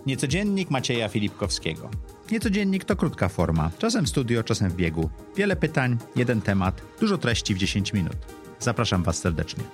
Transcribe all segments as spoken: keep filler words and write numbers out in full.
Niecodziennik Macieja Filipkowskiego. Niecodziennik to krótka forma, czasem w studio, czasem w biegu. Wiele pytań, jeden temat, dużo treści w dziesięć minut. Zapraszam Was serdecznie.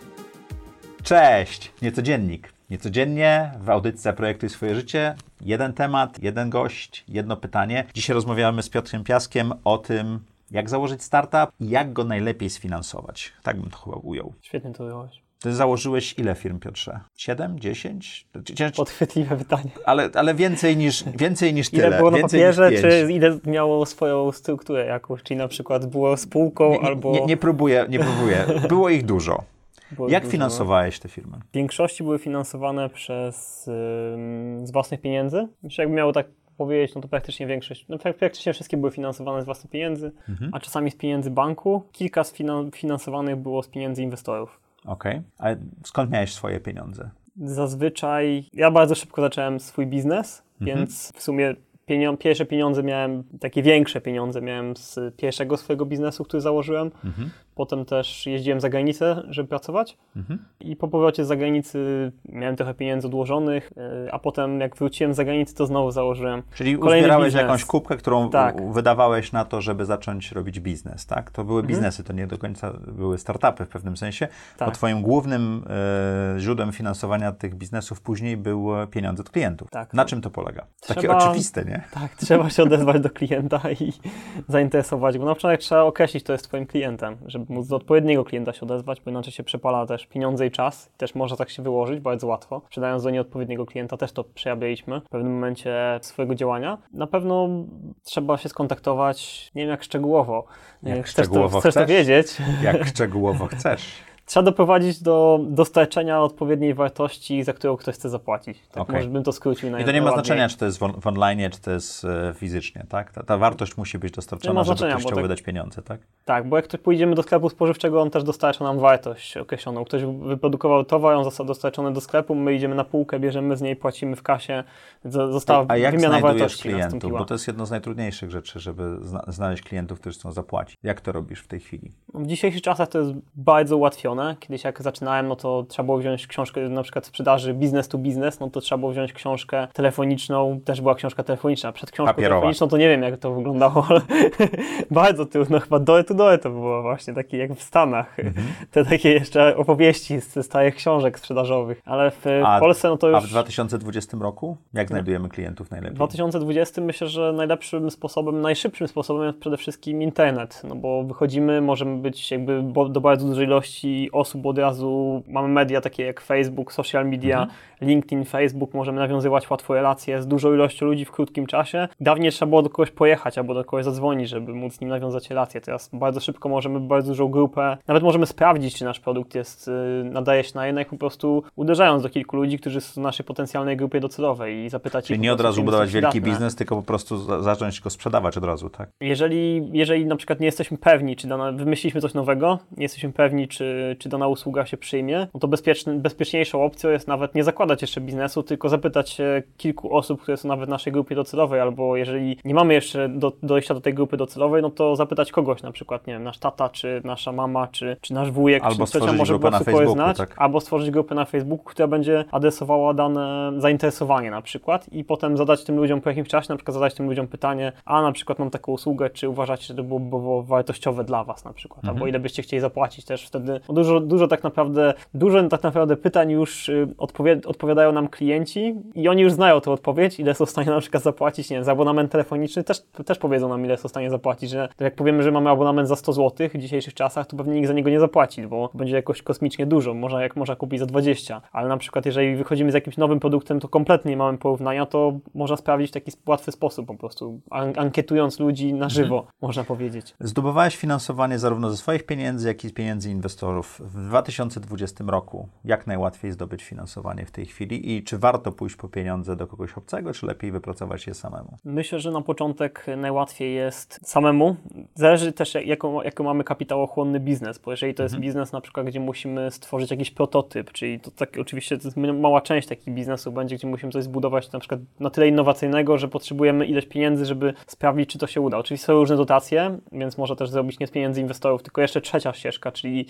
Cześć! Niecodziennik. Niecodziennie w audycji Zaprojektuj swoje życie. Jeden temat, jeden gość, jedno pytanie. Dzisiaj rozmawiamy z Piotrem Piaskiem o tym, jak założyć startup i jak go najlepiej sfinansować. Tak bym to chyba ujął. Świetnie to ująłeś. Ty założyłeś ile firm, Piotrze? Siedem? Dziesięć? Podchwytliwe pytanie. Ale, ale więcej niż, więcej niż tyle. Ile było na więcej papierze, czy ile miało swoją strukturę jakąś? Czyli na przykład było spółką nie, albo... Nie, nie próbuję, nie próbuję. Było ich dużo. Było jak dużo, finansowałeś te firmy? W większości były finansowane przez ym, z własnych pieniędzy. Myślę, jakby miało tak powiedzieć, no to praktycznie większość, no praktycznie wszystkie były finansowane z własnych pieniędzy, mhm. a czasami z pieniędzy banku. Kilka sfinansowanych było z pieniędzy inwestorów. Okej, okay. Ale skąd miałeś swoje pieniądze? Zazwyczaj, ja bardzo szybko zacząłem swój biznes, mhm. więc w sumie pienio- pierwsze pieniądze miałem, takie większe pieniądze miałem z pierwszego swojego biznesu, który założyłem. Mhm. Potem też jeździłem za granicę, żeby pracować mhm. i po powrocie z zagranicy miałem trochę pieniędzy odłożonych, a potem jak wróciłem z zagranicy, to znowu założyłem Czyli kolejny uzbierałeś biznes. jakąś kubkę, którą tak. wydawałeś na to, żeby zacząć robić biznes, tak? To były mhm. biznesy, to nie do końca były startupy w pewnym sensie, tak. bo twoim głównym e, źródłem finansowania tych biznesów później były pieniądze od klientów. Tak. Na czym to polega? Takie trzeba, oczywiste, nie? Tak, trzeba się odezwać do klienta i zainteresować go. Na początek trzeba określić, kto jest twoim klientem, żeby móc do odpowiedniego klienta się odezwać, bo inaczej się przepala też pieniądze i czas. Też można tak się wyłożyć bardzo łatwo. Sprzedając do nieodpowiedniego klienta też to przejawialiśmy w pewnym momencie swojego działania. Na pewno trzeba się skontaktować, nie wiem jak szczegółowo. Jak chcesz szczegółowo to, chcesz chcesz? to wiedzieć? Jak szczegółowo chcesz. Trzeba doprowadzić do dostarczenia odpowiedniej wartości, za którą ktoś chce zapłacić. Tak, okay. Może bym to skrócił na I to nie ma znaczenia, czy to jest w, w online, czy to jest e, fizycznie, tak? Ta, ta wartość musi być dostarczona, żeby ktoś chciał tak, wydać pieniądze, tak? Tak, bo jak pójdziemy do sklepu spożywczego, on też dostarcza nam wartość określoną. Ktoś wyprodukował towar, on został dostarczony do sklepu, my idziemy na półkę, bierzemy z niej, płacimy w kasie, została A jak wymiana znajdujesz wartości klientów? nastąpiła. Bo to jest jedno z najtrudniejszych rzeczy, żeby zna- znaleźć klientów, którzy chcą zapłacić. Jak to robisz w tej chwili? W dzisiejszych czasach to jest bardzo ułatwione. Kiedyś jak zaczynałem, no to trzeba było wziąć książkę na przykład sprzedaży business to business, no to trzeba było wziąć książkę telefoniczną, też była książka telefoniczna. Przed książką Papierowa. telefoniczną to nie wiem jak to wyglądało, ale bardzo trudno, chyba door to door to było właśnie, takie jak w Stanach. Mhm. Te takie jeszcze opowieści z starych książek sprzedażowych, ale w a, Polsce no to już... A w dwa tysiące dwudziestym roku? Jak znajdujemy klientów najlepiej? W dwa tysiące dwudziestym myślę, że najlepszym sposobem, najszybszym sposobem jest przede wszystkim internet, no bo wychodzimy, możemy być jakby do bardzo dużej ilości osób od razu, mamy media takie jak Facebook, social media, mhm. LinkedIn, Facebook, możemy nawiązywać łatwo relacje z dużą ilością ludzi w krótkim czasie. Dawniej trzeba było do kogoś pojechać albo do kogoś zadzwonić, żeby móc z nim nawiązać relacje. Teraz bardzo szybko możemy bardzo dużą grupę, nawet możemy sprawdzić, czy nasz produkt jest, nadaje się na rynek, po prostu uderzając do kilku ludzi, którzy są w naszej potencjalnej grupie docelowej i zapytać Czyli ich, nie od razu budować wielki przydatne. biznes, tylko po prostu za- zacząć go sprzedawać od razu, tak? Jeżeli, jeżeli na przykład nie jesteśmy pewni, czy dana, wymyśliliśmy coś nowego, nie jesteśmy pewni, czy, czy dana usługa się przyjmie, no to bezpieczny, bezpieczniejszą opcją jest nawet nie zakładać jeszcze biznesu, tylko zapytać się kilku osób, które są nawet w naszej grupie docelowej, albo jeżeli nie mamy jeszcze do, dojścia do tej grupy docelowej, no to zapytać kogoś, na przykład, nie wiem, nasz tata, czy nasza mama, czy, czy nasz wujek, albo czy trzecia stworzyć może grupę po na prostu kogoś Facebooku, znać, tak? albo stworzyć grupę na Facebooku, która będzie adresowała dane zainteresowanie na przykład i potem zadać tym ludziom po jakimś czasie, na przykład zadać tym ludziom pytanie, a na przykład mam taką usługę, czy uważacie, że to byłoby było wartościowe dla was na przykład, mhm. albo ile byście chcieli zapłacić też wtedy. No dużo, dużo tak naprawdę, dużo tak naprawdę pytań już y, odpowie, odpowiadają nam klienci i oni już znają tę odpowiedź, ile są w stanie na przykład zapłacić, nie wiem, za abonament telefoniczny, też, też powiedzą nam, ile są w stanie zapłacić, że jak powiemy, że mamy abonament za sto złotych w dzisiejszych czasach, to pewnie nikt za niego nie zapłaci, bo będzie jakoś kosmicznie dużo, można jak można kupić za dwadzieścia, ale na przykład jeżeli wychodzimy z jakimś nowym produktem, to kompletnie nie mamy porównania, to można sprawdzić w taki łatwy sposób, po prostu an- ankietując ludzi na żywo, mhm. można powiedzieć. Zdobywałeś finansowanie zarówno ze swoich pieniędzy, jak i z pieniędzy inwestorów. W dwa tysiące dwudziestym roku jak najłatwiej zdobyć finansowanie w tej chwili i czy warto pójść po pieniądze do kogoś obcego, czy lepiej wypracować je samemu? Myślę, że na początek najłatwiej jest samemu. Zależy też, jaką, jaką mamy kapitałochłonny biznes, bo jeżeli to jest mhm. biznes na przykład, gdzie musimy stworzyć jakiś prototyp, czyli to tak oczywiście to jest mała część takich biznesów będzie, gdzie musimy coś zbudować na przykład na tyle innowacyjnego, że potrzebujemy ileś pieniędzy, żeby sprawdzić, czy to się uda. Oczywiście są różne dotacje, więc można też zrobić nie z pieniędzy inwestorów, tylko jeszcze trzecia ścieżka, czyli dotacja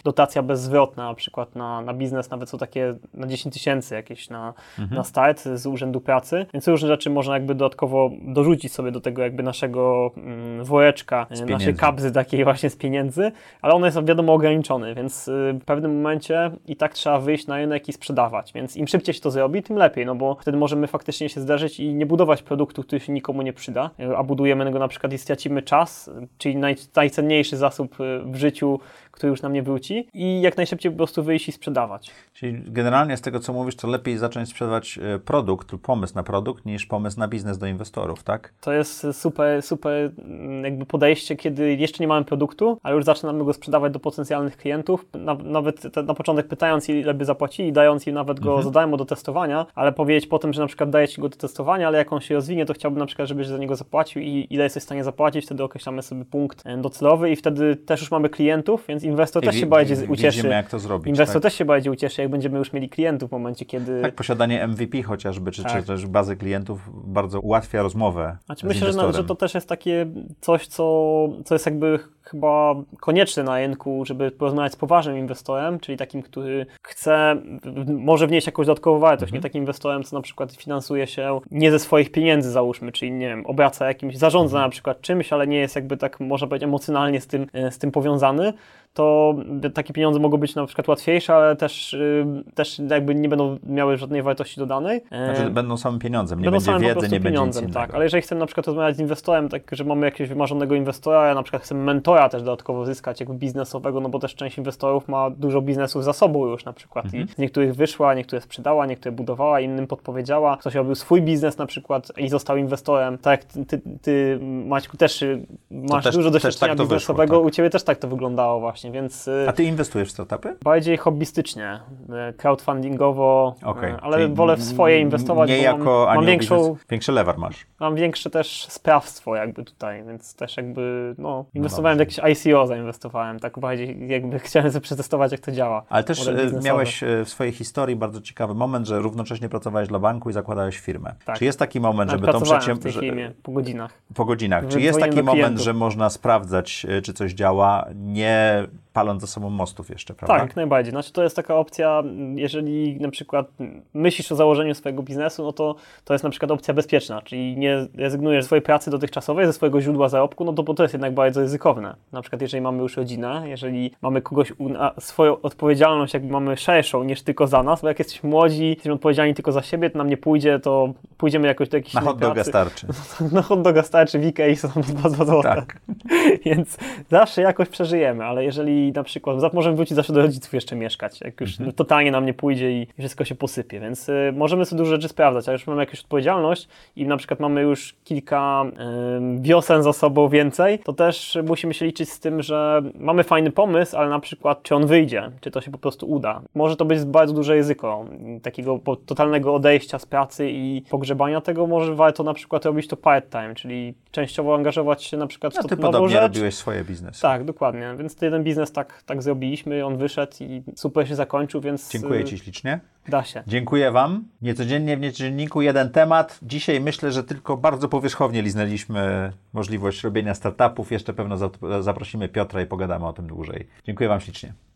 bezzwrotne, na przykład na, na biznes, nawet są takie na dziesięć tysięcy jakieś na, mhm. na start z Urzędu Pracy, więc różne rzeczy można jakby dodatkowo dorzucić sobie do tego jakby naszego mm, woreczka, naszej kabzy takiej właśnie z pieniędzy, ale on jest wiadomo ograniczony, więc w pewnym momencie i tak trzeba wyjść na rynek i sprzedawać, więc im szybciej się to zrobi, tym lepiej, no bo wtedy możemy faktycznie się zderzyć i nie budować produktu, który się nikomu nie przyda, a budujemy go na przykład i stracimy czas, czyli naj, najcenniejszy zasób w życiu, który już nam nie wróci i jak najszybciej po prostu wyjść i sprzedawać. Czyli generalnie z tego, co mówisz, to lepiej zacząć sprzedawać produkt lub pomysł na produkt, niż pomysł na biznes do inwestorów, tak? To jest super, super jakby podejście, kiedy jeszcze nie mamy produktu, ale już zaczynamy go sprzedawać do potencjalnych klientów, na, nawet te, na początek pytając, ile by zapłacili, dając im nawet go mhm. za darmo do testowania, ale powiedzieć potem, że na przykład daję Ci go do testowania, ale jak on się rozwinie, to chciałbym na przykład, żebyś za niego zapłacił i ile jesteś w stanie zapłacić, wtedy określamy sobie punkt docelowy i wtedy też już mamy klientów, więc inwestor I też wi- się bardziej wi- ucieszy. Widzimy, jak to zrobić. Inwestor tak? też się bardziej ucieszy, jak będziemy już mieli klientów w momencie, kiedy... Tak, posiadanie M V P chociażby, czy, tak. czy też bazy klientów bardzo ułatwia rozmowę znaczy, z myślę, inwestorem. że, że to też jest takie coś, co, co jest jakby chyba konieczne na rynku, żeby porozmawiać z poważnym inwestorem, czyli takim, który chce, może wnieść jakąś dodatkową wartość, mhm. nie takim inwestorem, co na przykład finansuje się nie ze swoich pieniędzy, załóżmy, czyli nie wiem, obraca jakimś, zarządza mhm. na przykład czymś, ale nie jest jakby tak, można powiedzieć, emocjonalnie z tym, z tym powiązany, to takie pieniądze mogą być na przykład łatwiejsze, ale też, też jakby nie będą miały żadnej wartości dodanej. Znaczy będą samym pieniądzem, nie będą będzie wiedzy, po prostu nie będzie pieniądzem, nic tak. Ale jeżeli chcemy na przykład rozmawiać z inwestorem, tak, że mamy jakiegoś wymarzonego inwestora, ja na przykład chcę mentora też dodatkowo zyskać, jakby biznesowego, no bo też część inwestorów ma dużo biznesów za sobą już na przykład mhm. i z niektórych wyszła, niektóre sprzedała, niektóre budowała, innym podpowiedziała, ktoś robił swój biznes na przykład i został inwestorem. Tak jak ty, ty Maćku, też masz też, dużo doświadczenia tak biznesowego, wyszło, tak. u Ciebie też tak to wyglądało właśnie, więc... A Ty inwestujesz w startupy? Bardziej hobbystycznie, crowdfundingowo, okay. ale Czyli wolę w swoje inwestować, nie bo jako mam, mam większą... Większy lewar masz. Mam większe też sprawstwo jakby tutaj, więc też jakby, no, inwestowałem no w jakieś I C O, zainwestowałem, tak bardziej jakby chciałem sobie przetestować, jak to działa. Ale też miałeś w swojej historii bardzo ciekawy moment, że równocześnie pracowałeś dla banku i zakładałeś firmę. Tak. Czy jest taki moment, Nawet żeby tą przedsiębiorstwo... w tej firmie, po godzinach. Po godzinach. Czy jest taki moment, że można sprawdzać, czy coś działa, nie paląc za sobą mostów jeszcze, prawda? Tak, jak najbardziej. Znaczy to jest taka opcja, jeżeli na przykład myślisz o założeniu swojego biznesu, no to to jest na przykład opcja bezpieczna, czyli nie rezygnujesz ze swojej pracy dotychczasowej, ze swojego źródła zarobku, no to bo to jest jednak bardzo ryzykowne. Na przykład jeżeli mamy już rodzinę, jeżeli mamy kogoś, swoją odpowiedzialność jakby mamy szerszą niż tylko za nas, bo jak jesteśmy młodzi, jesteśmy odpowiedzialni tylko za siebie, to nam nie pójdzie, to pójdziemy jakoś do jakiejś Na hot doga starczy. Na hot doga starczy, w Ikei są dwa złote. Tak. Więc zawsze jakoś przeżyjemy, ale jeżeli na przykład możemy wrócić zawsze do rodziców jeszcze mieszkać, jak już mhm. totalnie nam nie pójdzie i wszystko się posypie, więc y, możemy sobie dużo rzeczy sprawdzać, a już mamy jakąś odpowiedzialność i na przykład mamy już kilka y, wiosen za sobą więcej, to też musimy się liczyć z tym, że mamy fajny pomysł, ale na przykład czy on wyjdzie, czy to się po prostu uda. Może to być bardzo duże ryzyko takiego totalnego odejścia z pracy i pogrzebania tego, może warto na przykład robić to part-time, czyli częściowo angażować się na przykład w no, to ty nową podobnie rzecz. robiłeś swoje biznesy. Tak, dokładnie, więc to jeden biznes tak, tak zrobiliśmy, on wyszedł i super się zakończył, więc... Dziękuję Ci ślicznie. Da się. Dziękuję Wam. Niecodziennie w Niecodzienniku jeden temat. Dzisiaj myślę, że tylko bardzo powierzchownie liznęliśmy możliwość robienia startupów. Jeszcze pewno zaprosimy Piotra i pogadamy o tym dłużej. Dziękuję Wam ślicznie.